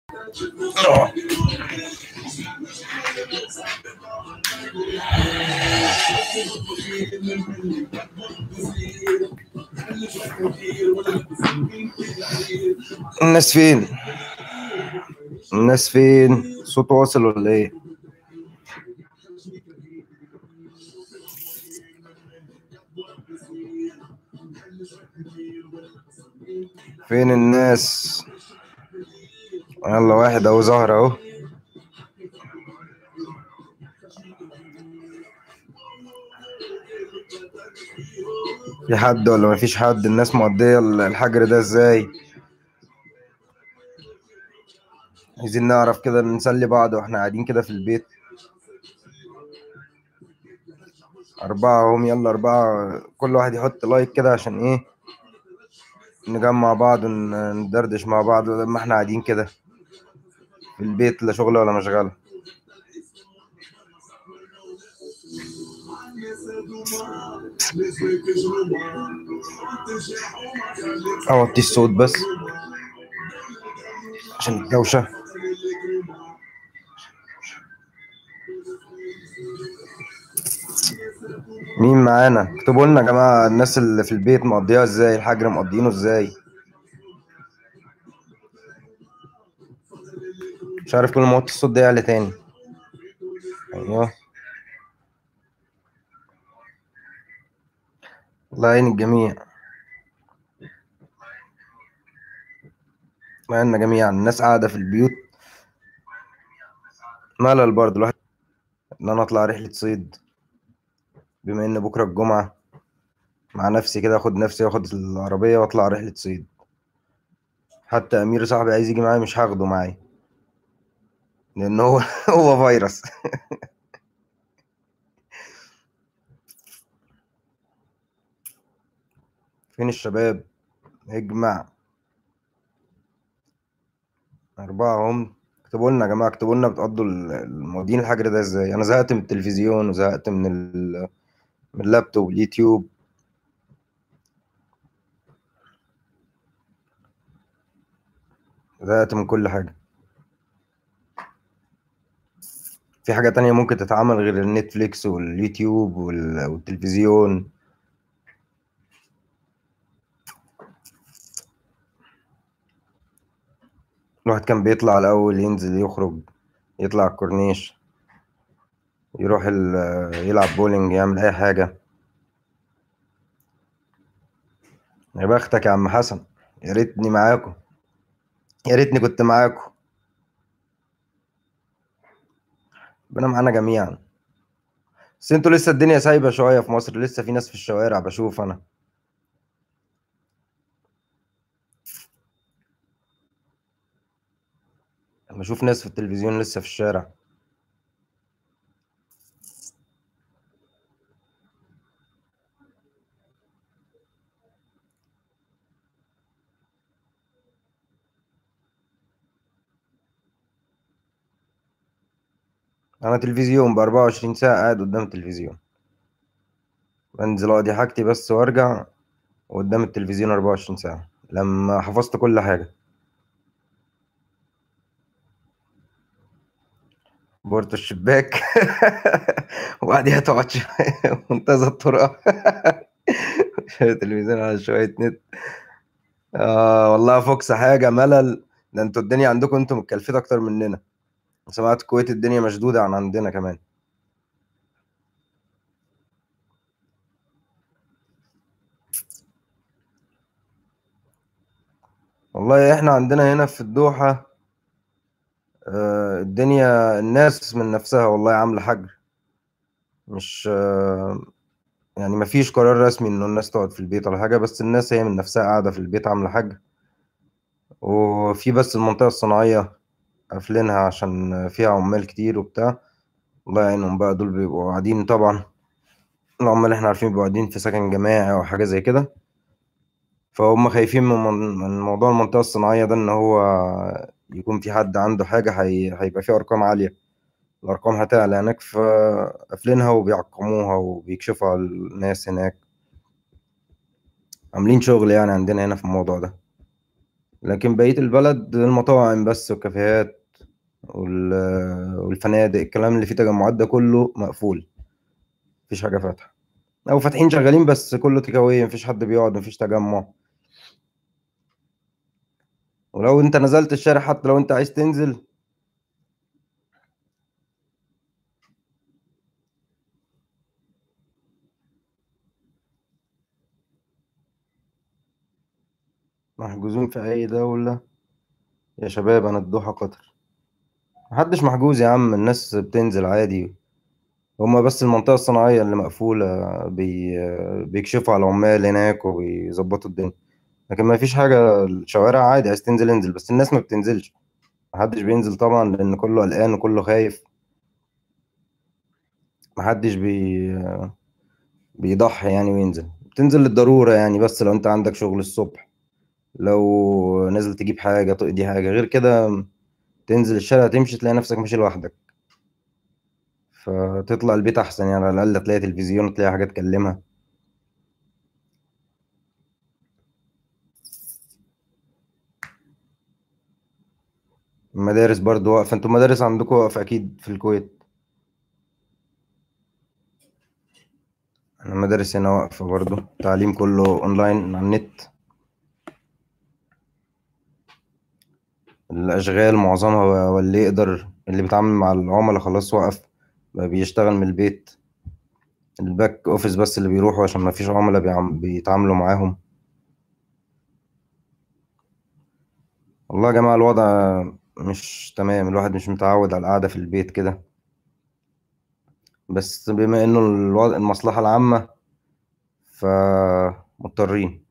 آه. الناس فين؟ الناس فين؟ صوت واصل ولا ايه؟ فين الناس؟ يلا واحد اهو ظهر اهو. في حد ولا مفيش حد؟ الناس مقضية الحجر ده ازاي؟ عايزين نعرف كده نسلي بعض واحنا قاعدين كده في البيت. 4 هم، يلا 4، كل واحد يحط لايك كده عشان ايه؟ نجمع بعض وندردش مع بعض لما احنا قاعدين كده في البيت، لا شغل ولا مشغلة. اوطي الصوت بس عشان الدوشة. مين معانا؟ اكتبوا لنا يا جماعة، الناس اللي في البيت مقضيها ازاي؟ الحجر مقضينه ازاي؟ مش عارف، كل ما اوطي الصوت ده يعلى تاني. ايوه، الله يعين الجميع. الله يعيننا جميعا. الناس قاعدة في البيوت، ملل برضه الواحد ان انا اطلع رحلة صيد، بما ان بكرة الجمعة، مع نفسي كده اخد نفسي واخد العربية واطلع رحلة صيد. حتى امير صاحبي عايز يجي معايا، مش هاخده معايا لان هو هو فيروس. فين الشباب؟ اجمع 4 هم. اكتبوا لنا يا جماعة، اكتبوا لنا بتقضوا المواضين الحجر ده ازاي؟ انا زهقت من التلفزيون وزهقت من اللابتوب واليوتيوب. زهقت من كل حاجة. في حاجة تانية ممكن تتعمل غير النتفليكس واليوتيوب والتلفزيون؟ الواحد كان بيطلع الأول، ينزل يخرج، يطلع الكورنيش، يروح يلعب بولينج، يعمل أي حاجة. يا بختك يا عم حسن، يا ريتني معاكم، يا ريتني كنت معاكم. ربنا معانا جميعا. بس انتوا لسه الدنيا سايبة شوية في مصر، لسه في ناس في الشوارع بشوف أنا. بشوف ناس في التلفزيون لسه في الشارع. أنا تلفزيون ب24 ساعة قاعد قدام التلفزيون، بنزل أقضي حاجتي بس وأرجع قدام التلفزيون 24 ساعة لما حفظت كل حاجة. بورتو الشباك. وبعديها تقعد شوية منتزه الطرقة. شوية تلفزيون على شوية نت. والله فوكس حاجة ملل. ده انتوا الدنيا عندكم انتوا متكلفتة أكتر مننا. سمعت الكويت الدنيا مشدودة عن عندنا كمان. والله احنا عندنا هنا في الدوحة، الدنيا الناس من نفسها والله عاملة حجر. مش يعني مفيش قرار رسمي انه الناس تقعد في البيت ولا حاجة، بس الناس هي من نفسها قاعدة في البيت عاملة حجر. وفي بس المنطقة الصناعية قافلينها عشان فيها عمال كتير وبتاع. الله يعينهم بقى، دول بيبقوا قاعدين طبعا. العمال احنا عارفين بيبقوا قاعدين في سكن جماعي أو حاجة زي كده، فهم خايفين من موضوع المنطقة الصناعية ده، إن هو يكون في حد عنده حاجة هيبقى فيه أرقام عالية. الأرقام هتعلى هناك، فقافلينها وبيعقموها وبيكشفوا على الناس هناك. عاملين شغل يعني عندنا هنا في الموضوع ده. لكن بقية البلد المطاعم بس والكافيهات والفنادق، الكلام اللي فيه تجمعات ده كله مقفول، مفيش حاجة فاتحة، أو فاتحين شغالين بس كله تيك أواي، مفيش حد بيقعد، مفيش تجمع. ولو أنت نزلت الشارع حتى لو أنت عايز تنزل، محجوزين في أي دولة. يا شباب أنا الدوحة قطر. محدش محجوز يا عم، الناس بتنزل عادي. هما بس المنطقة الصناعية اللي مقفولة، بيكشفوا على العمال هناك وبيظبطوا الدنيا. لكن ما فيش حاجة، الشوارع عادي، عايز تنزل انزل، بس الناس ما بتنزلش. محدش بينزل طبعا لأن كله قلقان وكله خايف. محدش بيضحي يعني وينزل. بتنزل للضرورة يعني، بس لو انت عندك شغل الصبح، لو نازل تجيب حاجة تقضي حاجة غير كده، تنزل الشارع تمشي تلاقي نفسك ماشي لوحدك. فتطلع البيت أحسن يعني، على الأقل تلاقي تلفزيون، تلاقي حاجة تكلمها. المدارس برضو واقفة، انتوا المدارس عندكم واقفة أكيد في الكويت. أنا المدارس هنا واقفة برضو، التعليم كله أونلاين على النت. الأشغال معظمها واللي يقدر، اللي بيتعامل مع العملاء خلاص وقف، بقى بيشتغل من البيت. الباك أوفيس بس اللي بيروحوا عشان ما فيش عملاء بيتعاملوا معاهم. والله يا جماعة الوضع مش تمام، الواحد مش متعود على القعدة في البيت كده. بس بما إنه الوضع المصلحة العامة، فمضطرين.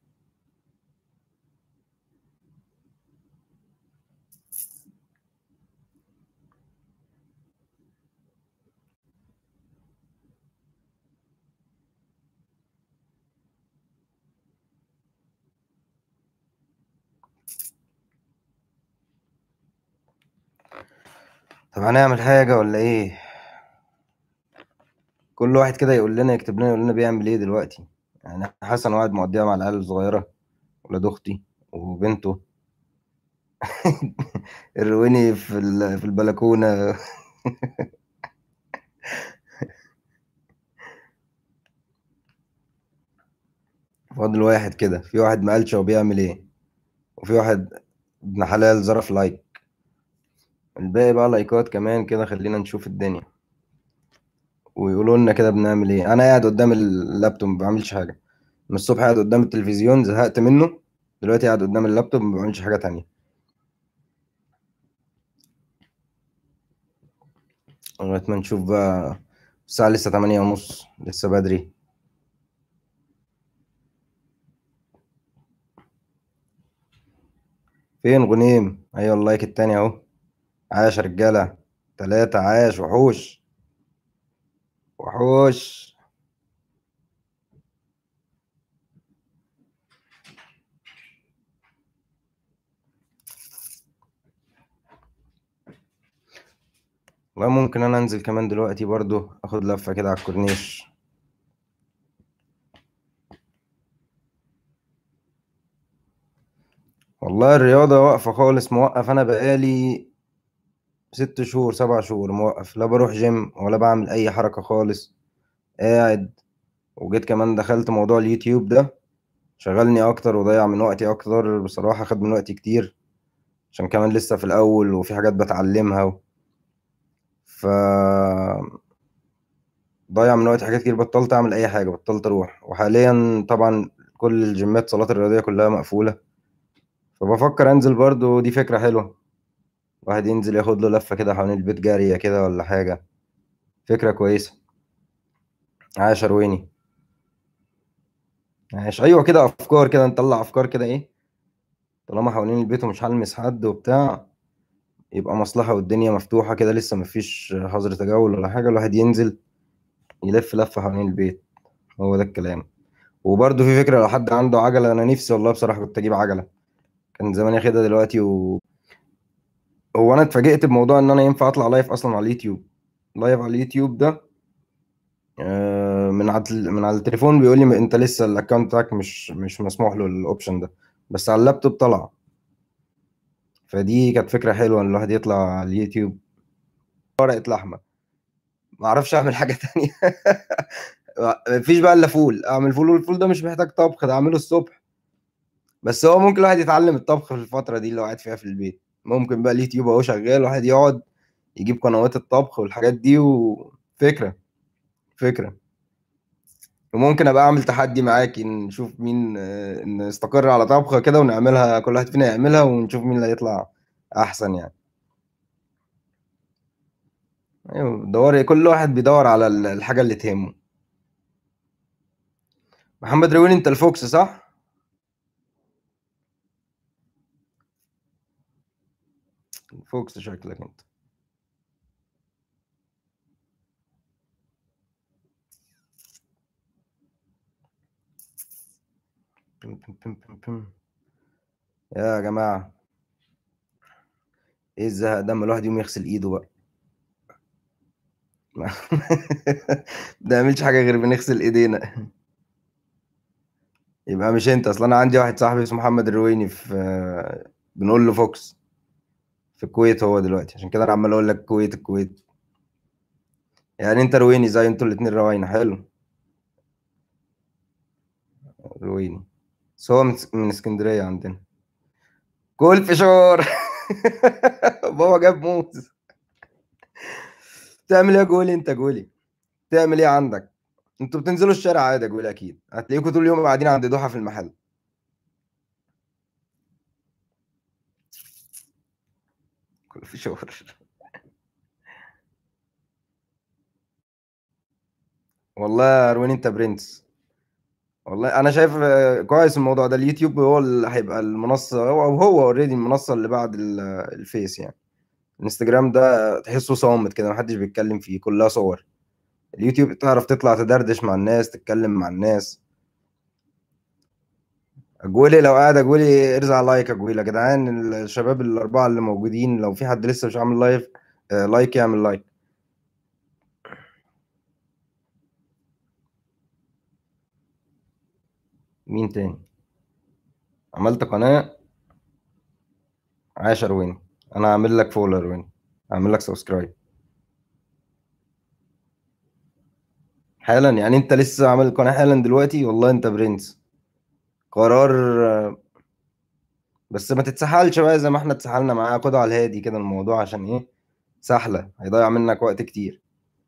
طب هنعمل حاجة ولا إيه؟ كل واحد كده يقول لنا، يكتب لنا، يقول لنا بيعمل إيه دلوقتي. يعني حسن قاعد مقضيها مع العيال الصغيرة، ولاد أختي وبنته. الرويني في البلكونة. فاضل واحد كده، في واحد ما قالش هو بيعمل ايه، وفي واحد ابن حلال ظرف لايك. الباقي بقى لايكات كمان كده، خلينا نشوف الدنيا ويقولوا لنا كده بنعمل ايه. انا قاعد قدام اللابتوب ما بعملش حاجة، من الصبح قاعد قدام التلفزيون زهقت منه، دلوقتي قاعد قدام اللابتوب ما بعملش حاجة تانية. لغاية ما نشوف بقى. الساعة لسه 8:30، لسه بدري. فين غنيم؟ ايوه اللايك التاني اهو. عاش يا رجالة. 3 عاش وحوش. وحوش. والله ممكن انا انزل كمان دلوقتي برضو، اخد لفة كده على الكورنيش. والله الرياضة واقفة خالص، موقف انا بقالي 6 شهور 7 شهور موقف، لا بروح جيم ولا بعمل اي حركة خالص، قاعد. وجيت كمان دخلت موضوع اليوتيوب ده، شغلني اكتر وضيع من وقتي اكتر بصراحة، خد من وقتي كتير، عشان كمان لسه في الاول وفي حاجات بتعلمها ف ضيع من وقتي حاجات كتير، بطلت اعمل اي حاجة، بطلت اروح. وحاليا طبعا كل الجيمات صالات الرياضية كلها مقفولة، فبفكر انزل برضو، دي فكرة حلوة. واحد ينزل ياخد له لفة كده حوالين البيت، جارية كده ولا حاجة. فكرة كويسة. عاش رويني. عاش، ايوه كده، افكار كده، نطلع افكار كده ايه. طالما حوالين البيت ومش هلمس حد وبتاع، يبقى مصلحة والدنيا مفتوحة كده، لسه مفيش حظر تجول ولا حاجة، الواحد ينزل يلف لفة حوالين البيت. هو ده الكلام. وبرضه في فكرة، لو حد عنده عجلة، أنا نفسي والله بصراحة كنت أجيب عجلة، كان زمان ياخدها دلوقتي هو أنا اتفاجئت بموضوع إن أنا ينفع أطلع لايف أصلا على اليوتيوب. لايف على اليوتيوب ده، من على التليفون بيقول لي انت لسه الاكونت بتاعك مش مسموح له الاوبشن ده، بس على اللابتوب طلع. فدي كانت فكرة حلوة ان الواحد يطلع على اليوتيوب. ورقة لحمة. ما اعرفش اعمل حاجة تانية. مفيش بقى الا فول، اعمل فول، والفول ده مش محتاج طبخ، ده اعمله الصبح. بس هو ممكن الواحد يتعلم الطبخ في الفترة دي اللي هو قاعد فيها في البيت. ممكن بقى اليوتيوب اهو شغال، واحد يقعد يجيب قنوات الطبخ والحاجات دي، وفكرة فكرة. وممكن ابقى اعمل تحدي معاكي، نشوف مين نستقر على طبخة كده ونعملها، كل واحد فينا يعملها ونشوف مين اللي هيطلع احسن يعني. ايوه، دوري، كل واحد بيدور على الحاجة اللي تهمه. محمد رويني، انت الفوكس صح؟ الفوكس شكلك انت. بم بم بم بم بم. يا جماعة، ايه الزهق ده؟ اما الواحد يوم يغسل ايده بقى. ما بنعملش حاجة غير بنغسل ايدينا. يبقى مش انت اصلا. انا عندي واحد صاحبي اسمه محمد الرويني، في بنقول له فوكس. في الكويت هو دلوقتي، عشان كده انا عمال اقول لك كويت الكويت. يعني انت رويني زي انتوا الاتنين رواينة، حلو. رويني. بس هو من اسكندرية عندنا. كل فشار. بابا جاب موز. تعمل ايه يا جولي؟ انت جولي تعمل ايه عندك؟ انتوا بتنزلوا الشارع عادي يا جولي؟ اكيد هتلاقيكوا طول اليوم قاعدين عند دوحة في المحل. كل فشار. والله يا رويني انت برنس. والله انا شايف كويس الموضوع ده. اليوتيوب هو اللي هيبقى المنصه، هو اوريدي المنصه اللي بعد الفيس يعني. الانستجرام ده تحسه صامت كده، محدش بيتكلم فيه، كلها صور. اليوتيوب تعرف تطلع تدردش مع الناس، تتكلم مع الناس. اجولي لو قاعد، اجولي ارزع لايك. اجولي يا جدعان، الشباب الاربعه اللي موجودين، لو في حد لسه مش عامل لايف لايك، يعمل لايك. مين تاني؟ عملت قناه. عاشر وين؟ انا هعمل لك فولر وين، هعمل لك سبسكرايب حالا. يعني انت لسه عامل قناه حالا دلوقتي؟ والله انت برنس. قرار. بس ما تتسحلش بقى زي ما احنا اتسحلنا معاه، خدها على الهادي كده الموضوع، عشان ايه؟ سهلة، هيضيع منك وقت كتير.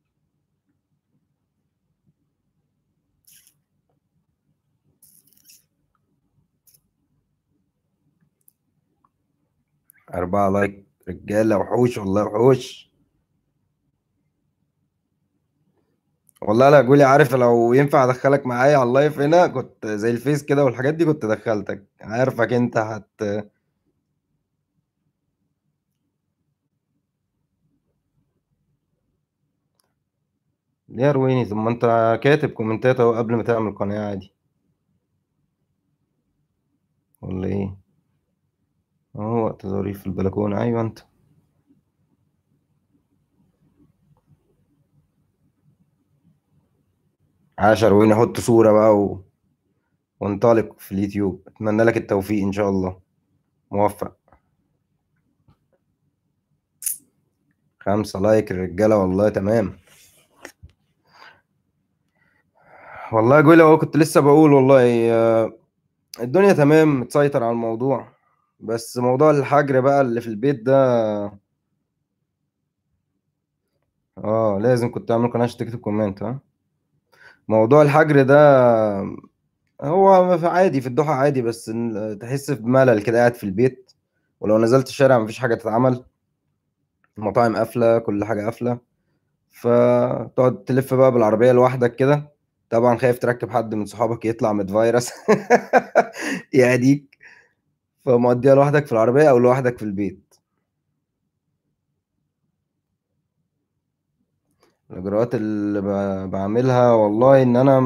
4 لايك رجالة وحوش، والله وحوش. والله لا قولي، عارف لو ينفع ادخلك معايا على اللايف هنا، كنت زي الفيس كده والحاجات دي، كنت دخلتك، عارفك انت ليه يا رويني؟ ثم انت كاتب كومنتات اهو قبل ما تعمل قناة عادي. ولا ايه؟ اهو وقت ظريف في البلكونة، ايوه انت. عاشر وين، حط صورة بقى وانطلق في اليوتيوب. اتمنى لك التوفيق ان شاء الله. موفق. 5 لايك الرجالة، والله تمام. والله يا جويلة، هو كنت لسه بقول والله الدنيا تمام، متسيطر على الموضوع. بس موضوع الحجر بقى اللي في البيت ده. اه لازم كنت اعمل قناة عشان تكتب كومنت، ها. موضوع الحجر ده هو عادي في الضحى عادي، بس تحس بملل كده قاعد في البيت. ولو نزلت الشارع مفيش حاجة تتعمل. المطاعم قافلة، كل حاجة قافلة. فتقعد تلف بقى بالعربية لوحدك كده. طبعا خايف تركب حد من صحابك يطلع متفيروس. يهديك. فمقضيها لوحدك في العربية أو لوحدك في البيت. الإجراءات اللي بعملها والله إن أنا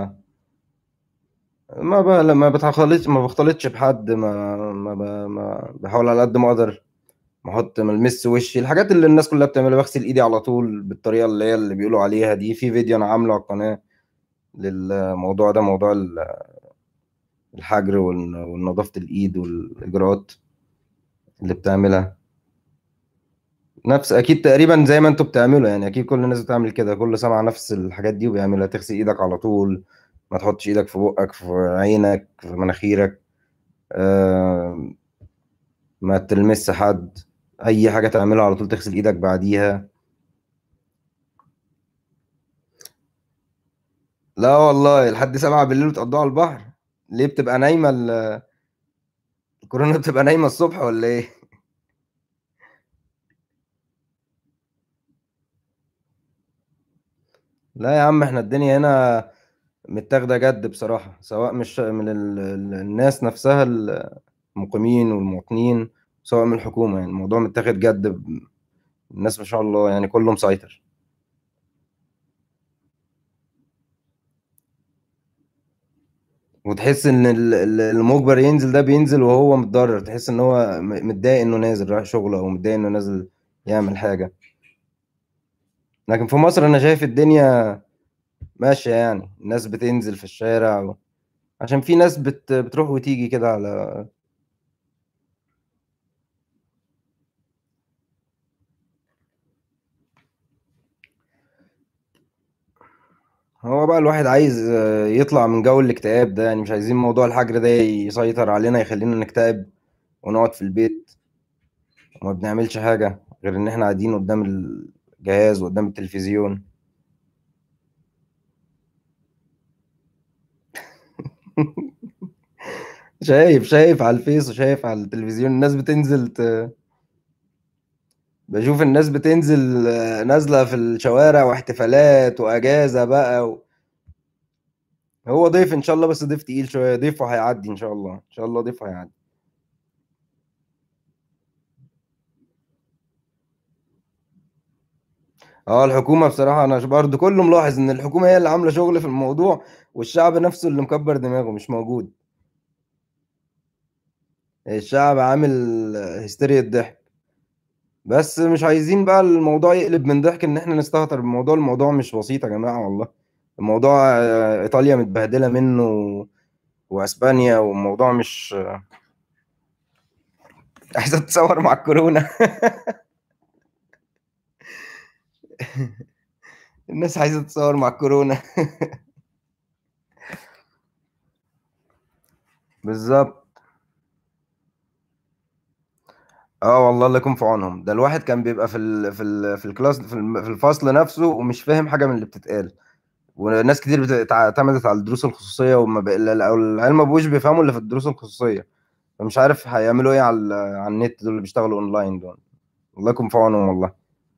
ما بختلطش بحد، ما بحاول على قد ما أقدر. ما ألمس وشي، الحاجات اللي الناس كلها بتعملها. بغسل إيدي على طول بالطريقة اللي هي اللي بيقولوا عليها دي. في فيديو أنا عامله على القناة للموضوع ده، موضوع الحجر ونظافة الإيد والإجراءات. اللي بتعملها نفس اكيد تقريبا زي ما انتوا بتعملوا، يعني اكيد كل الناس بتعمل كده، كل سمع نفس الحاجات دي وبيعملها. تغسل ايدك على طول، ما تحطش ايدك في بقك، في عينك، في مناخيرك. آه ما تلمس حد. اي حاجة تعملها على طول تغسل ايدك بعديها. لا والله، لحد 7 بالليل بتقضوها على البحر؟ ليه بتبقى نايمة الكورونا بتبقى نايمة الصبح ولا ايه؟ لا يا عم، احنا الدنيا هنا متاخدة جد بصراحة، سواء مش من الناس نفسها، المقيمين والمواطنين، سواء من الحكومة. يعني الموضوع متاخد جد. الناس ما شاء الله يعني كله مسيطر. وتحس ان المجبر ينزل ده بينزل وهو متضرر، تحس ان هو متضايق انه نازل رايح شغله، او متضايق انه نازل يعمل حاجة. لكن في مصر انا شايف الدنيا ماشية، يعني الناس بتنزل في الشارع، عشان في ناس بتروح وتيجي كده على. هو بقى الواحد عايز يطلع من جو الاكتئاب ده، يعني مش عايزين موضوع الحجر ده يسيطر علينا يخلينا نكتئب ونقعد في البيت وما بنعملش حاجة غير إن إحنا قاعدين قدام الجهاز وقدام التلفزيون. شايف على الفيس وشايف على التلفزيون الناس بتنزل بشوف الناس بتنزل نازلة في الشوارع واحتفالات وأجازة بقى هو ضيف إن شاء الله، بس ضيف تقيل شوية، ضيفه هيعدي إن شاء الله، إن شاء الله ضيفه هيعدي. اه الحكومة بصراحة أنا برضه كله ملاحظ إن الحكومة هي اللي عاملة شغل في الموضوع، والشعب نفسه اللي مكبر دماغه مش موجود. الشعب عامل هستيريا ضحك. بس مش عايزين بقى الموضوع يقلب من ضحك ان احنا نستهتر بالموضوع. الموضوع مش بسيط يا جماعة والله. الموضوع ايطاليا متبهدلة منه واسبانيا، والموضوع مش عايزة تتصور مع الكورونا. الناس عايزة تتصور مع الكورونا. بالظبط. اه والله الله يكون في عونهم. ده الواحد كان بيبقى في الكلاس، في الفصل نفسه ومش فاهم حاجة من اللي بتتقال. وناس كتير اعتمدت على الدروس الخصوصية، وما بقى او العيال ما بقوش بيفهموا اللي في الدروس الخصوصية. فمش عارف هيعملوا ايه على النت، دول اللي بيشتغلوا اونلاين دول. الله يكون في عونهم والله.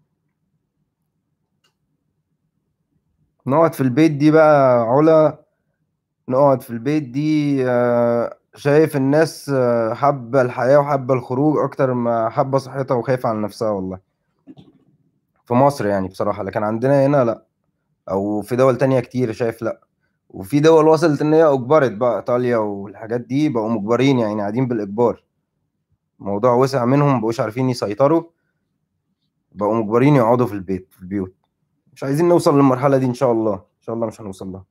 نقعد في البيت دي بقى علا. نقعد في البيت دي شايف الناس حابة الحياة وحابة الخروج أكتر ما حابة صحتها وخايفة على نفسها والله. في مصر يعني بصراحة، لكن عندنا هنا لأ. أو في دول تانية كتير شايف لأ. وفي دول وصلت إن هي أجبرت بقى، إيطاليا والحاجات دي بقوا مجبرين، يعني قاعدين بالإجبار. الموضوع وسع منهم، مبقوش عارفين يسيطروا، بقوا مجبرين يقعدوا في البيت في البيوت. مش عايزين نوصل للمرحلة دي، إن شاء الله إن شاء الله مش هنوصل لها.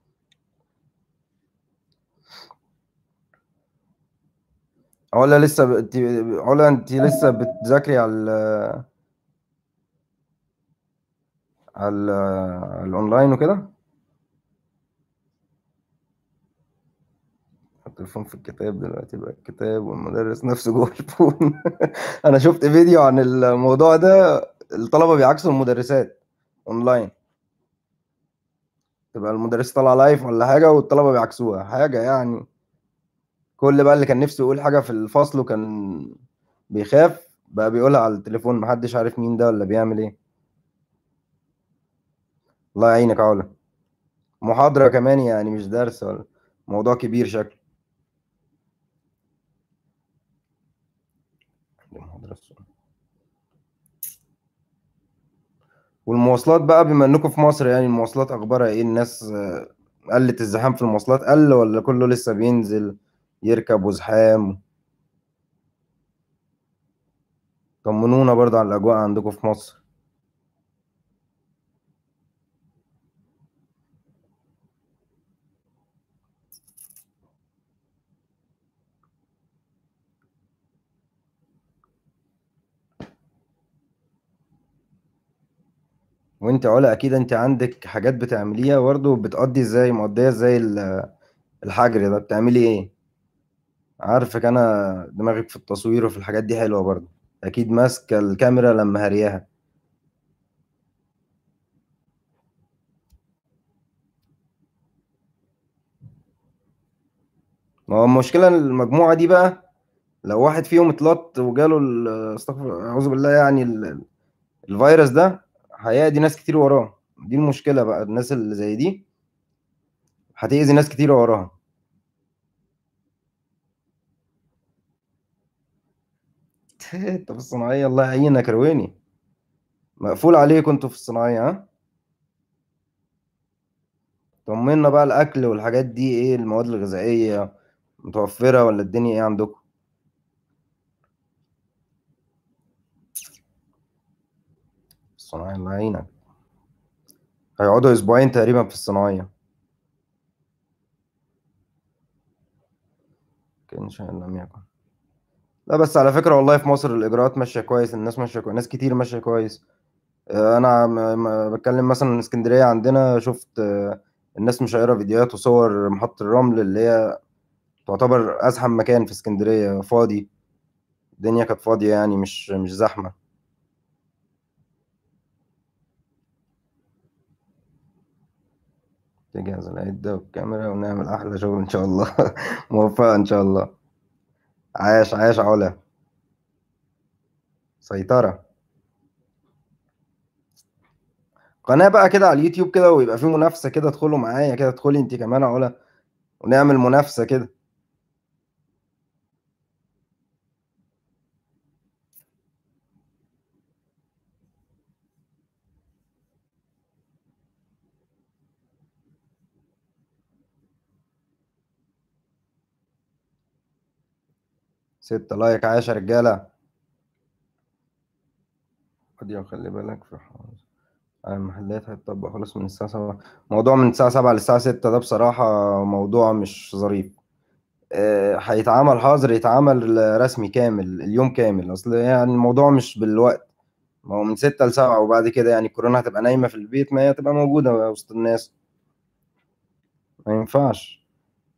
علا لسه علا انت لسه بتذاكري على الاونلاين وكده. التليفون في الكتاب دلوقتي بقى، الكتاب والمدرس نفسه جوه الفون. انا شفت فيديو عن الموضوع ده. الطلبة بيعكسوا المدرسات اونلاين. تبقى المدرس طالع لايف ولا حاجة والطلبة بيعكسوها حاجة يعني. كل بقى اللي كان نفسه يقول حاجة في الفصل وكان بيخاف بقى بيقولها على التليفون، محدش عارف مين ده ولا بيعمل ايه. الله يعينك يا علا. محاضرة كمان يعني مش درس ولا. موضوع كبير شكله. المحاضرة. والمواصلات بقى، بما انكم في مصر، يعني المواصلات اخبارها ايه؟ الناس قلت الزحام في المواصلات قل، ولا كله لسه بينزل يركب وزحام؟ طمنونا برضه على الاجواء عندكم في مصر. وانت علا اكيد انت عندك حاجات بتعمليها برضه، بتقضي ازاي، مقضيه ازاي الحجر ده، بتعملي ايه؟ عارفك انا دماغك في التصوير وفي الحاجات دي حلوه برضه، اكيد ماسكه الكاميرا لما هرياها. ما هو المشكله المجموعه دي بقى، لو واحد فيهم اتلط وجاله استغفر اعوذ بالله يعني الفيروس ده، هيأذي ناس كتير وراه. دي المشكله بقى، الناس اللي زي دي هتأذي ناس كتير وراها. انت في الصناعيه الله يعينك رويني، مقفول عليكم انتوا في الصناعيه ها. طمنا بقى، الاكل والحاجات دي ايه، المواد الغذائيه متوفره ولا الدنيا ايه عندكم؟ الصناعيه الله يعينك، هيقعدوا اسبوعين تقريبا في الصناعيه. ان شاء الله لم يكن. لا بس على فكره والله في مصر الاجراءات ماشيه كويس، الناس ماشيه كويس، ناس كتير ماشيه كويس. انا بتكلم مثلا من اسكندريه، عندنا شفت الناس مشيره فيديوهات وصور محطه الرمل اللي هي تعتبر ازحم مكان في اسكندريه فاضي. الدنيا كانت فاضيه يعني، مش زحمه. تجهز العده والكاميرا ونعمل احلى شغل ان شاء الله. موفقه ان شاء الله. عاش عاش علا. سيطره. قناه بقى كده على اليوتيوب كده، ويبقى في منافسه كده، ادخلوا معايا كده، ادخلي انت كمان يا علا، ونعمل منافسه كده. 6 لايك، عاش يا رجاله. خد خلي بالك في المحلات هتطبق خلاص من الساعة 7. موضوع من الساعة 7 للساعة 6 ده بصراحة موضوع مش ظريف. هيتعمل حظر، يتعمل رسمي كامل اليوم كامل، أصل يعني الموضوع مش بالوقت. ما هو من 6 ل7، وبعد كده يعني الكورونا هتبقى نايمة في البيت، ما هي هتبقى موجودة وسط الناس. ما ينفعش.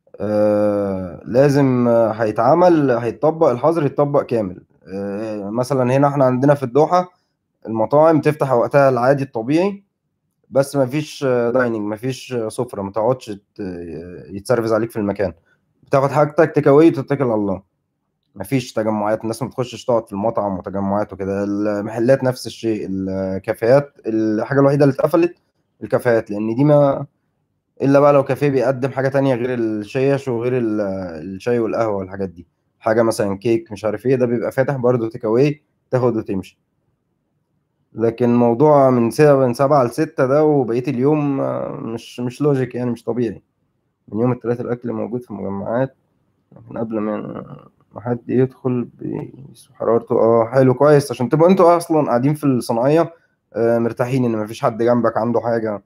لازم هيتعمل، هيتطبق الحظر، يتطبق كامل. مثلا هنا احنا عندنا في الدوحة المطاعم تفتح وقتها العادي الطبيعي، بس مفيش دايننج، مفيش سفرة، ما تقعدش يتسرفز عليك في المكان. بتاخد حاجتك تيك اواي وتتكل على الله. مفيش تجمعات، الناس ما بتخشش تقعد في المطعم وتجمعات وكده. المحلات نفس الشيء، الكافيهات الحاجة الوحيدة اللي اتقفلت الكافيهات، لأن دي ما إلا بقى لو كافيه بيقدم حاجة تانية غير الشيش وغير الشاي والقهوة والحاجات دي، حاجة مثلا كيك مش عارف ايه، ده بيبقى فاتح برضه تيك اواي، تاخد وتمشي. لكن موضوع من 7 ل6 ده وبقية اليوم مش لوجيك يعني، مش طبيعي. من يوم التلات الأكل موجود في المجمعات، لكن قبل ما حد يدخل بيقيس حرارته. اه حلو كويس، عشان تبقوا انتوا أصلا قاعدين في الصناعية مرتاحين إن مفيش حد جنبك عنده حاجة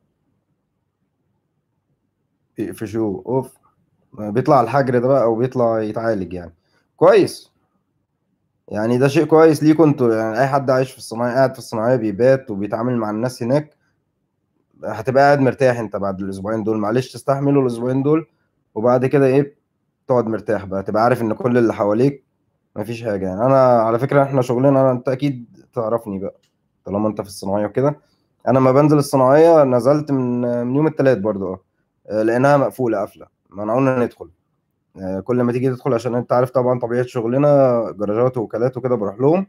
يقفشوه اوف. بيطلع الحجر ده بقى، أو بيطلع يتعالج يعني. كويس. يعني ده شيء كويس ليكوا انتوا، يعني أي حد عايش في الصناعية قاعد في الصناعية بيبات وبيتعامل مع الناس هناك، هتبقى قاعد مرتاح انت بعد الاسبوعين دول. معلش تستحملوا الاسبوعين دول، وبعد كده ايه، تقعد مرتاح بقى، تبقى عارف ان كل اللي حواليك مفيش حاجه. يعني انا على فكره احنا شغلنا، انت اكيد تعرفني بقى طالما انت في الصناعيه وكده. انا لما بنزل الصناعيه، نزلت من يوم الثلاث برضو لانها مقفوله قافله، منعونا ندخل. كل ما تيجي تدخل، عشان انت عارف طبعا طبيعه شغلنا، جراجات ووكالات وكده بروح لهم.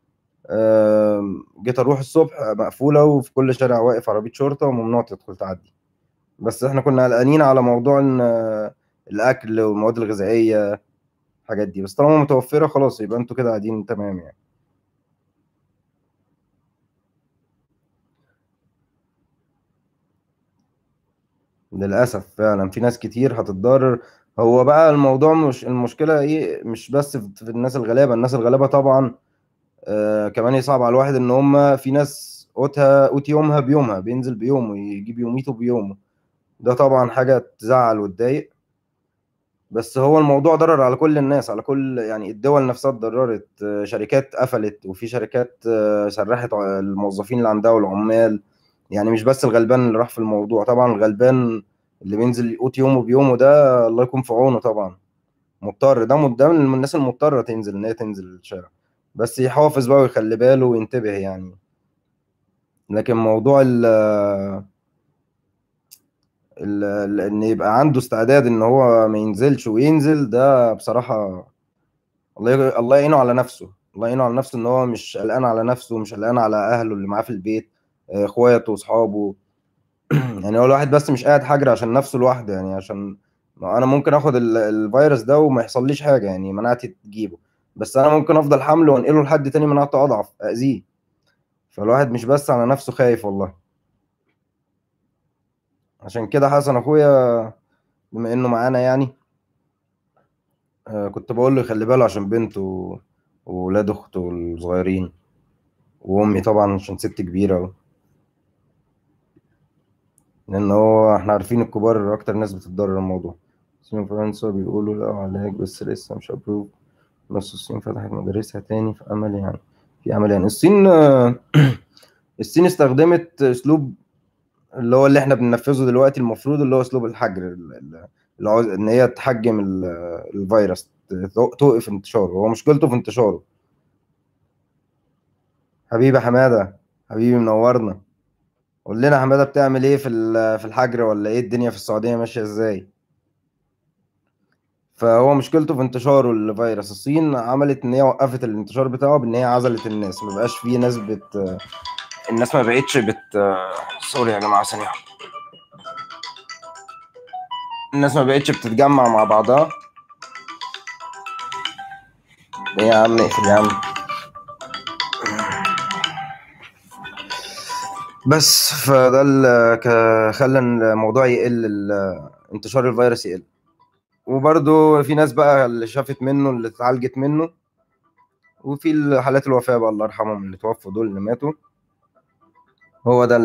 جيت اروح الصبح مقفوله، وفي كل شارع واقف عربيه شرطه، وممنوع تدخل تعدي. بس احنا كنا قلقانين على موضوع ان الاكل والمواد الغذائيه الحاجات دي، بس طالما متوفره خلاص يبقى انتوا كده قاعدين تمام يعني. للاسف فعلا في ناس كتير هتتضرر. هو بقى الموضوع مش المشكله ايه، مش بس في الناس الغلابه، الناس الغلابه طبعا كمان يصعب على الواحد ان هم في ناس قوت يومها بيومها، بينزل بيومه يجيب يوميته بيومه. ده طبعا حاجه تزعل وتضايق. بس هو الموضوع ضرر على كل الناس، على كل يعني الدول نفسها اتضررت، شركات قفلت، وفي شركات سرحت الموظفين اللي عندها والعمال. يعني مش بس الغلبان اللي راح في الموضوع، طبعا الغلبان اللي بينزل يقوت يومه بيومه ده الله يكون في عونه طبعا. مضطر، ده من الناس المضطرة تنزل ان هي تنزل الشارع، بس يحافظ بقى ويخلي باله وينتبه يعني. لكن موضوع ان يبقى عنده استعداد ان هو ما ينزلش وينزل، ده بصراحة الله يعينه على نفسه. الله يعينه على نفسه، ان هو مش قلقان على نفسه، مش قلقان على اهله اللي معاه في البيت، اخواته واصحابه. يعني هو الواحد بس مش قاعد حجر عشان نفسه لوحده، يعني عشان ما انا ممكن اخد الفيروس ده وما يحصليش حاجة، يعني مناعتي تجيبه، بس انا ممكن افضل حمله وانقله لحد تاني مناعته اضعف اذيه. فالواحد مش بس على نفسه خايف والله. عشان كده حسن اخويا بما انه معانا يعني، كنت بقول له خلي باله عشان بنته وولاد اخته الصغيرين، وامي طبعا عشان ست كبيره. لان هو احنا عارفين الكبار اكتر ناس بتتضرر من الموضوع. الصين فرنسا بيقولوا لا علاج بس لسه مش ابروف. بس الصين فتحت مدارسها تاني، في امل يعني. في امل يعني الصين الصين استخدمت اسلوب اللي هو اللي احنا بننفذه دلوقتي، المفروض اللي هو اسلوب الحجر، اللي عاوز ان هي تحجم الفيروس، توقف انتشاره. هو مشكلته في انتشاره. حبيبي حماده، حبيبي منورنا. قول لنا حماده، بتعمل ايه في في الحجر، ولا ايه الدنيا في السعوديه ماشيه ازاي؟ فهو مشكلته في انتشاره الفيروس. الصين عملت ان هي وقفت الانتشار بتاعه بان هي عزلت الناس، ما بقاش في ناس الناس ما بقتش سوري يا جماعه ثانيه. الناس ما بقتش بتتجمع مع بعضها. ايه يا عم، اقفل يا عم. بس فده خلى الموضوع يقل، انتشار الفيروس يقل. وبرضه في ناس بقى اللي شافت منه، اللي اتعالجت منه، وفي حالات الوفاة بقى الله يرحمهم اللي توفوا دول اللي ماتوا. هو ده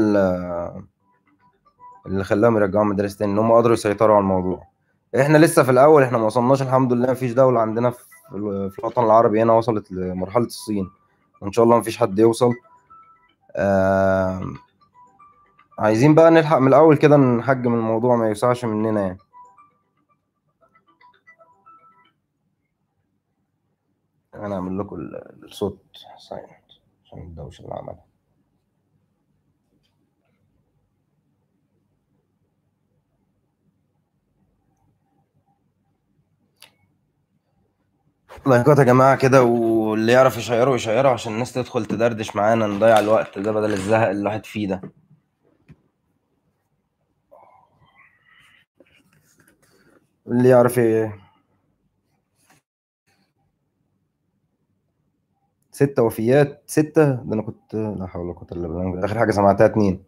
اللي خلاهم يرجعوا مدارس تاني، ان هم قدروا يسيطروا على الموضوع. احنا لسه في الاول، احنا ما وصلناش الحمد لله. مفيش دولة عندنا في الوطن العربي هنا وصلت لمرحلة الصين، وان شاء الله مفيش حد يوصل. آه عايزين بقى نلحق من الاول كده، نحجم الموضوع ما يوسعش مننا يعني. انا اعمل لكم الصوت سايلنت عشان الدوشه اللي عملها. لايكات يا جماعه كده، واللي يعرف يشيره يشيره عشان الناس تدخل تدردش معانا، نضيع الوقت ده بدل الزهق اللي الواحد فيه ده. اللي يعرف 6 وفيات، 6 ده انا كنت لا حول ولا قوه الا بالله، اخر حاجه سمعتها 2.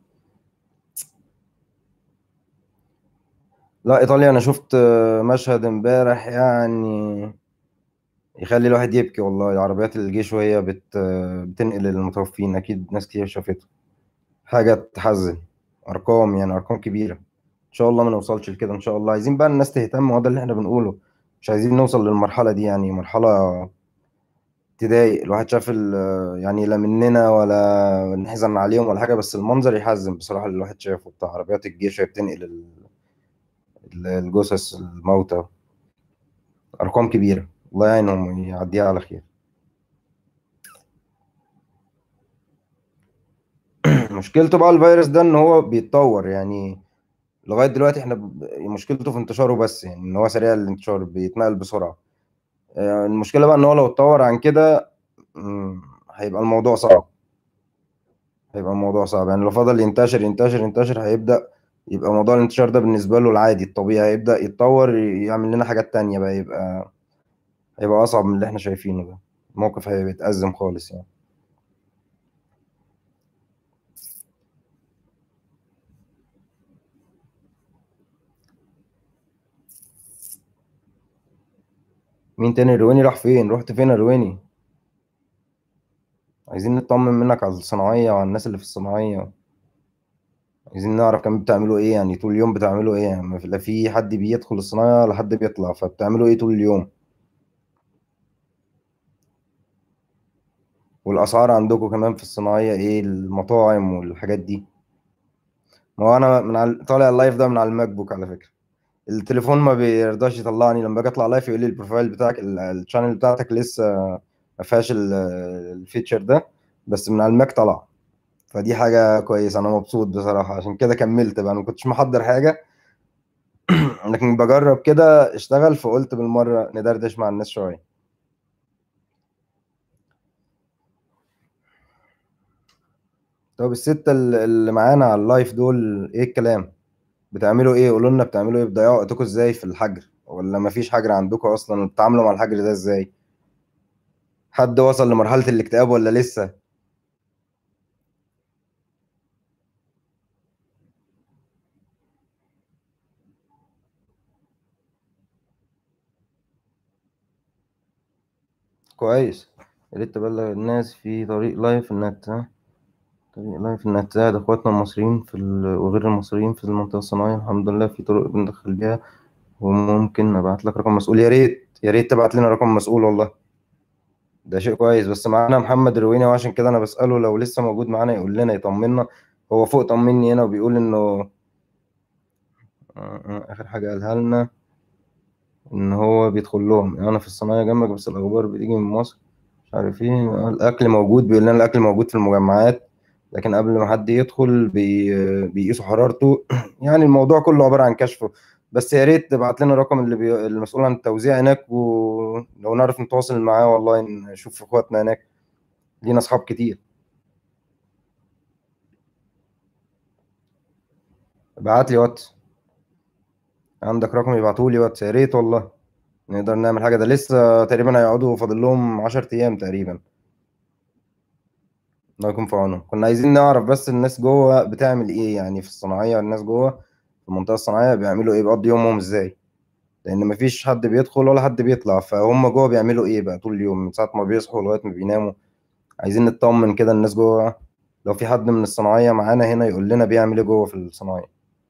لا ايطاليا انا شفت مشهد امبارح يعني يخلي الواحد يبكي والله. عربيات الجيش وهي بتنقل المتوفين، اكيد ناس كتير شافته. حاجة تحزن. أرقام يعني أرقام كبيرة. إن شاء الله ما نوصلش لكده. إن شاء الله عايزين بقى الناس تهتم، وده اللي إحنا بنقوله. مش عايزين نوصل للمرحلة دي، يعني مرحلة تضايق الواحد. شاف يعني لا مننا ولا نحزن عليهم ولا حاجة، بس المنظر يحزن بصراحة اللي الواحد شافه، بتاع عربيات الجيش وهي بتنقل الجثث الموتى. أرقام كبيرة. الله يعينهم ويعديها على خير. مشكلته بقى الفيروس ده إن هو بيتطور يعني. لغاية دلوقتي احنا مشكلته في انتشاره بس، يعني ان هو سريع الانتشار بيتنقل بسرعة. المشكلة بقى ان هو لو اتطور عن كده، هيبقى الموضوع صعب. هيبقى الموضوع صعب يعني. لو فضل ينتشر ينتشر ينتشر، هيبدأ يبقى موضوع الانتشار ده بالنسبة له العادي الطبيعي. هيبدأ يتطور يعمل لنا حاجات تانية بقى، هيبقى أصعب من اللي احنا شايفينه ده. الموقف هيبقى يتأزم خالص يعني. مين تاني؟ رويني راح فين؟ رحت فين يا رويني؟ عايزين نطمن منك على الصناعية وعلى الناس اللي في الصناعية. عايزين نعرف كمان بتعملوا ايه، يعني طول اليوم بتعملوا ايه؟ يعني لا في حد بيدخل الصناعة ولا حد بيطلع، فبتعملوا ايه طول اليوم؟ والاسعار عندكم كمان في الصناعية ايه، المطاعم والحاجات دي؟ ما هو انا طالع اللايف ده من على الماك بوك على فكره. التليفون ما بيرضاش يطلعني لما باجي اطلع لايف، يقول لي البروفايل بتاعك الشانل بتاعتك لسه ما فيهاش الفيتشر ده. بس من على الماك طلع. فدي حاجه كويسه، انا مبسوط بصراحه، عشان كده كملت بقى. انا ما كنتش محضر حاجه لكن بجرب كده اشتغل، فقلت بالمره ندردش مع الناس شويه. طب الستة اللي معانا على اللايف دول ايه الكلام؟ بتعملوا ايه؟ قولوا لنا بتعملوا ايه، بتضيعوا وقتكم ازاي في الحجر، ولا مفيش حجر عندكم اصلا؟ بتتعاملوا مع الحجر ده ازاي؟ حد وصل لمرحلة الاكتئاب ولا لسه؟ كويس. يا ريت تبلغ الناس في طريق لايف النت، ها؟ طريق لايف النت تساعد اخواتنا المصريين وغير المصريين في المنطقة الصناعية. الحمد لله في طرق بندخل بيها. وممكن ابعت لك رقم مسؤول. يا ريت يا ريت تبعت لنا رقم مسؤول والله. ده شيء كويس. بس معانا محمد رويني، وعشان كده انا بسأله لو لسه موجود معانا يقول لنا يطمنا. هو فوق طمني هنا وبيقول انه اخر حاجة قالها لنا ان هو بيدخل لهم. يعني انا في الصناعة جنبك، بس الاخبار بتيجي من مصر. مش عارف ايه. الاكل موجود، بيقول لنا الاكل موجود في المجمعات، لكن قبل ما حد يدخل بيقيسوا حرارته. يعني الموضوع كله عبارة عن كشف. بس يا ريت تبعت لنا الرقم المسؤول عن التوزيع هناك، ولو نعرف نتواصل معاه والله نشوف اخواتنا هناك. لينا اصحاب كتير. ابعت لي واتس. عندك رقم؟ يبعتوا لي واتس يا ريت والله. نقدر نعمل حاجة. ده لسه تقريبا هيقعدوا فاضل لهم 10 ايام تقريبا. الله يكون في عونهم. كنا عايزين نعرف بس الناس جوه بتعمل ايه، يعني في الصناعية الناس جوه في المنطقة الصناعية بيعملوا ايه، بيقضوا يومهم ازاي. لأن مفيش حد بيدخل ولا حد بيطلع، فهم جوه بيعملوا ايه بقى طول اليوم من ساعة ما بيصحوا لغاية ما بيناموا. عايزين نطمن كده الناس جوه. لو في حد من الصناعية معانا هنا يقول لنا بيعمل ايه جوه في الصناعية.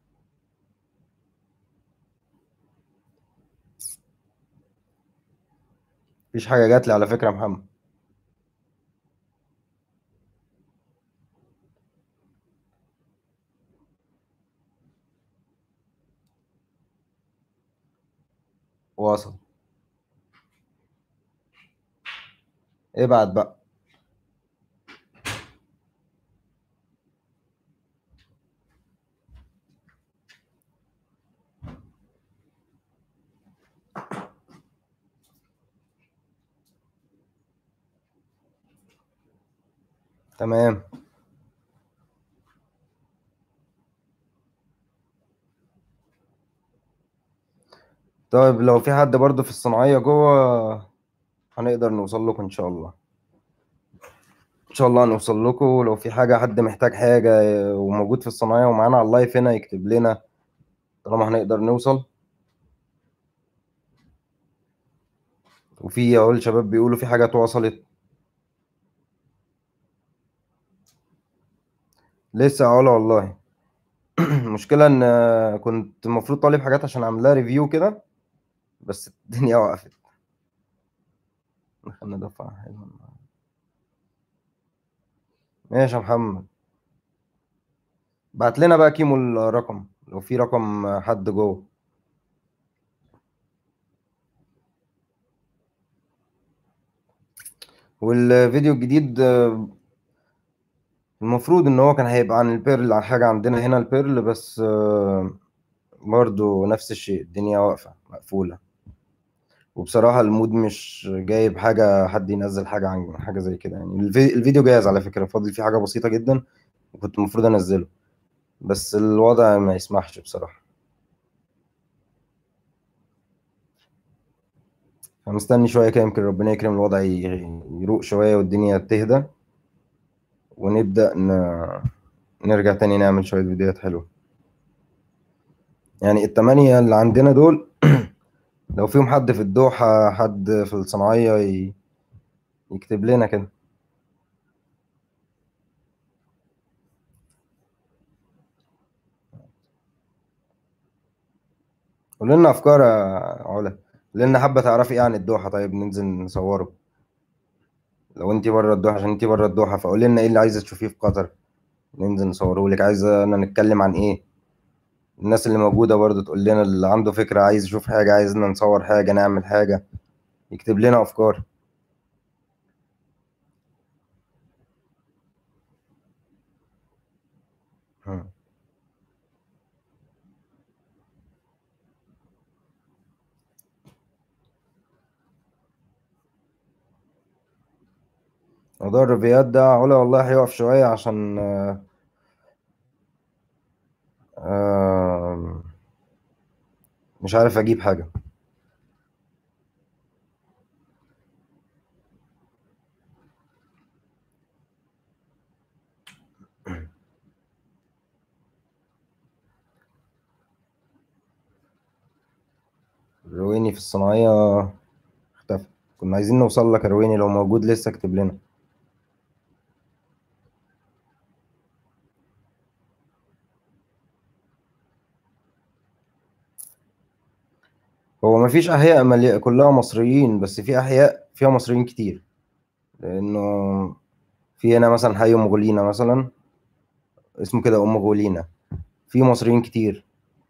مفيش حاجة جات لي على فكرة يا محمد. واصل. ابعت بقى. تمام. طيب لو في حد برضه في الصناعية جوه هنقدر نوصل لكم إن شاء الله. إن شاء الله هنوصل لكم. لو في حاجة حد محتاج حاجة وموجود في الصناعية ومعانا على اللايف هنا يكتب لنا، طالما هنقدر نوصل. وفي أهو الشباب بيقولوا في حاجات وصلت. لسه أقول والله. المشكلة إن كنت المفروض طالب حاجات عشان أعملها ريفيو كده، بس الدنيا وقفت. دخلنا دفعة حلوة. ماشي يا محمد. بعت لنا بقى كيمو الرقم لو في رقم حد جوه. والفيديو الجديد المفروض ان هو كان هيبقى عن البيرل، عن حاجة عندنا هنا البيرل، بس برضو نفس الشيء، الدنيا واقفة مقفولة. وبصراحة المود مش جايب حاجة حد ينزل حاجة عن حاجة زي كده. يعني الفيديو جاهز على فكرة، فاضل فيه حاجة بسيطة جدا وكنت المفروض انزله، بس الوضع ما يسمحش بصراحة. فمستني شوية كده، يمكن ربنا يكرم الوضع يروق شوية والدنيا تهدى، ونبدأ نرجع تاني نعمل شوية فيديوهات حلوة. يعني التمانية اللي عندنا دول لو فيهم حد في الدوحة، حد في الصناعية يكتب لنا كده. قول لنا أفكار يا علا. قول لنا حابة تعرفي إيه عن الدوحة، طيب ننزل نصوره. لو أنت بره الدوحة، عشان أنت بره الدوحة، فقول لنا إيه اللي عايزة تشوفيه في قطر. ننزل نصوره لك. عايزة نتكلم عن ايه؟ الناس اللي موجودة برضو تقول لنا، اللي عنده فكرة عايز يشوف حاجة، عايزنا نصور حاجة، نعمل حاجة، يكتب لنا أفكار. مم. موضوع الريفيات ده علا والله هيقف شوية عشان آه، مش عارف أجيب حاجة. رويني في الصناعية اختفى. كنا عايزين نوصل لك يا رويني، لو موجود لسه اكتب لنا. هو مفيش أحياء كلها مصريين، بس في أحياء فيها مصريين كتير. لأنه في هنا مثلا حي أم غولينا مثلا، اسمه كده أم غولينا، في مصريين كتير.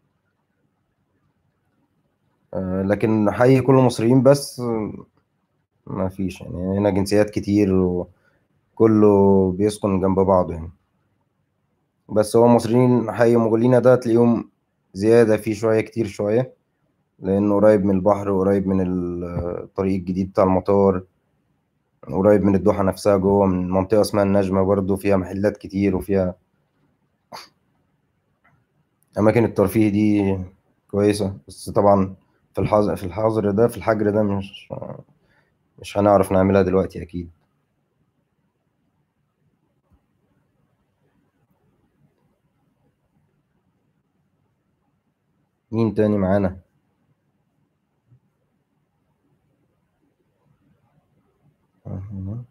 لكن حي كله مصريين بس ما فيش. يعني هنا جنسيات كتير وكله بيسكن جنب بعضه يعني. بس هو مصريين حي أم غولينا ده تلاقيهم زيادة فيه شوية، كتير شوية، لأنه قريب من البحر وقريب من الطريق الجديد بتاع المطار، قريب من الدوحة نفسها، جوه من منطقة اسمها النجمة برضو فيها محلات كتير وفيها أماكن الترفيه دي كويسة. بس طبعا في الحجر ده مش هنعرف نعملها دلوقتي أكيد. مين تاني معانا؟ أها.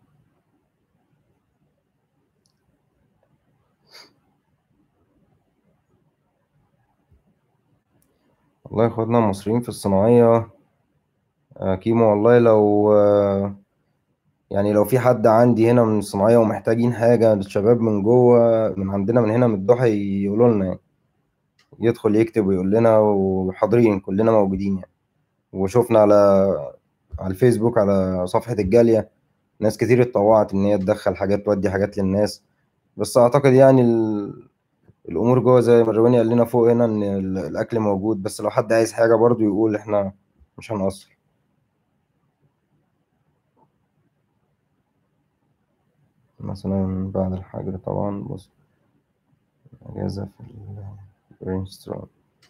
والله يا اخواتنا المصريين في الصناعية، كيمو والله لو يعني لو في حد عندي هنا من الصناعية ومحتاجين حاجة للشباب من جوه، من عندنا من هنا من الضحى، يقولوا لنا يعني. يدخل يكتب ويقول لنا، وحاضرين كلنا موجودين يعني. وشفنا على الفيسبوك على صفحة الجالية ناس كتير اتطوعت إن هي تدخل حاجات، تودي حاجات للناس. بس أعتقد يعني الأمور جوه زي ما الرواني قال لنا فوق هنا، إن الأكل موجود. بس لو حد عايز حاجة برضو يقول، إحنا مش هنقصر. مثلا بعد الحجر طبعا، بص، أجازة في البرين ستورم.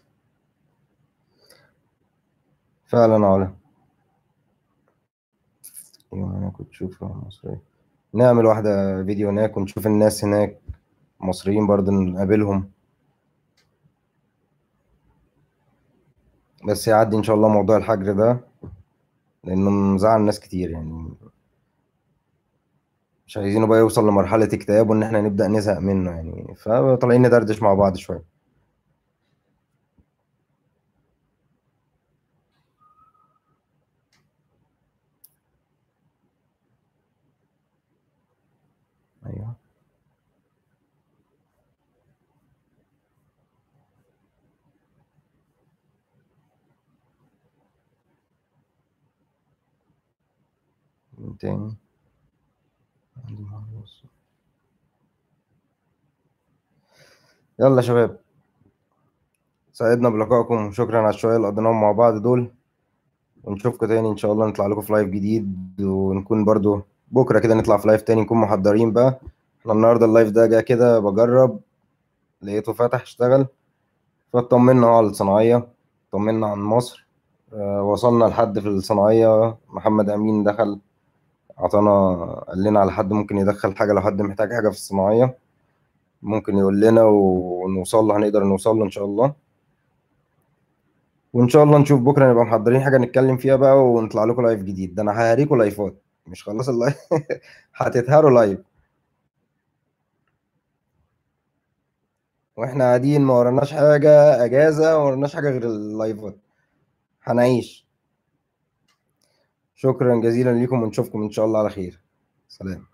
فعلا على يوم هناك وتشوف مصرية، نعمل واحدة فيديو هناك ونشوف الناس هناك مصريين برضو نقابلهم. بس يعدي إن شاء الله موضوع الحجر ده، لأنه مزعل ناس كتير يعني. مش عايزينه بقى يوصل لمرحلة اكتئاب وإن إحنا نبدأ نزهق منه يعني، فطالعين ندردش مع بعض شوية. أيوه. مين تاني؟ عندي محروس. يلا يا شباب، سعدنا بلقائكم، وشكرا على الشوية اللي قضيناهم مع بعض دول. ونشوفكم تاني إن شاء الله، نطلع لكم في لايف جديد، ونكون برضو بكرة كده نطلع في لايف تاني، نكون محضرين بقى. احنا النهاردة اللايف ده جه كده بجرب، لقيته فتح اشتغل، فاطمنا على الصناعية، طمنا عن مصر. وصلنا لحد في الصناعية، محمد أمين دخل عطانا، قال لنا على حد ممكن يدخل حاجة، لو حد محتاج حاجة في الصناعية ممكن يقول لنا ونوصل له، هنقدر نوصل له إن شاء الله. وإن شاء الله نشوف بكرة نبقى محضرين حاجة نتكلم فيها بقى، ونطلع لكم لايف جديد. ده أنا ههريكم لايفات، مش خلاص اللايف هتتهروا لايف. واحنا قاعدين ما وراناش حاجة، أجازة ما وراناش حاجة غير اللايفات، هنعيش. شكرا جزيلا لكم، ونشوفكم إن شاء الله على خير. سلام.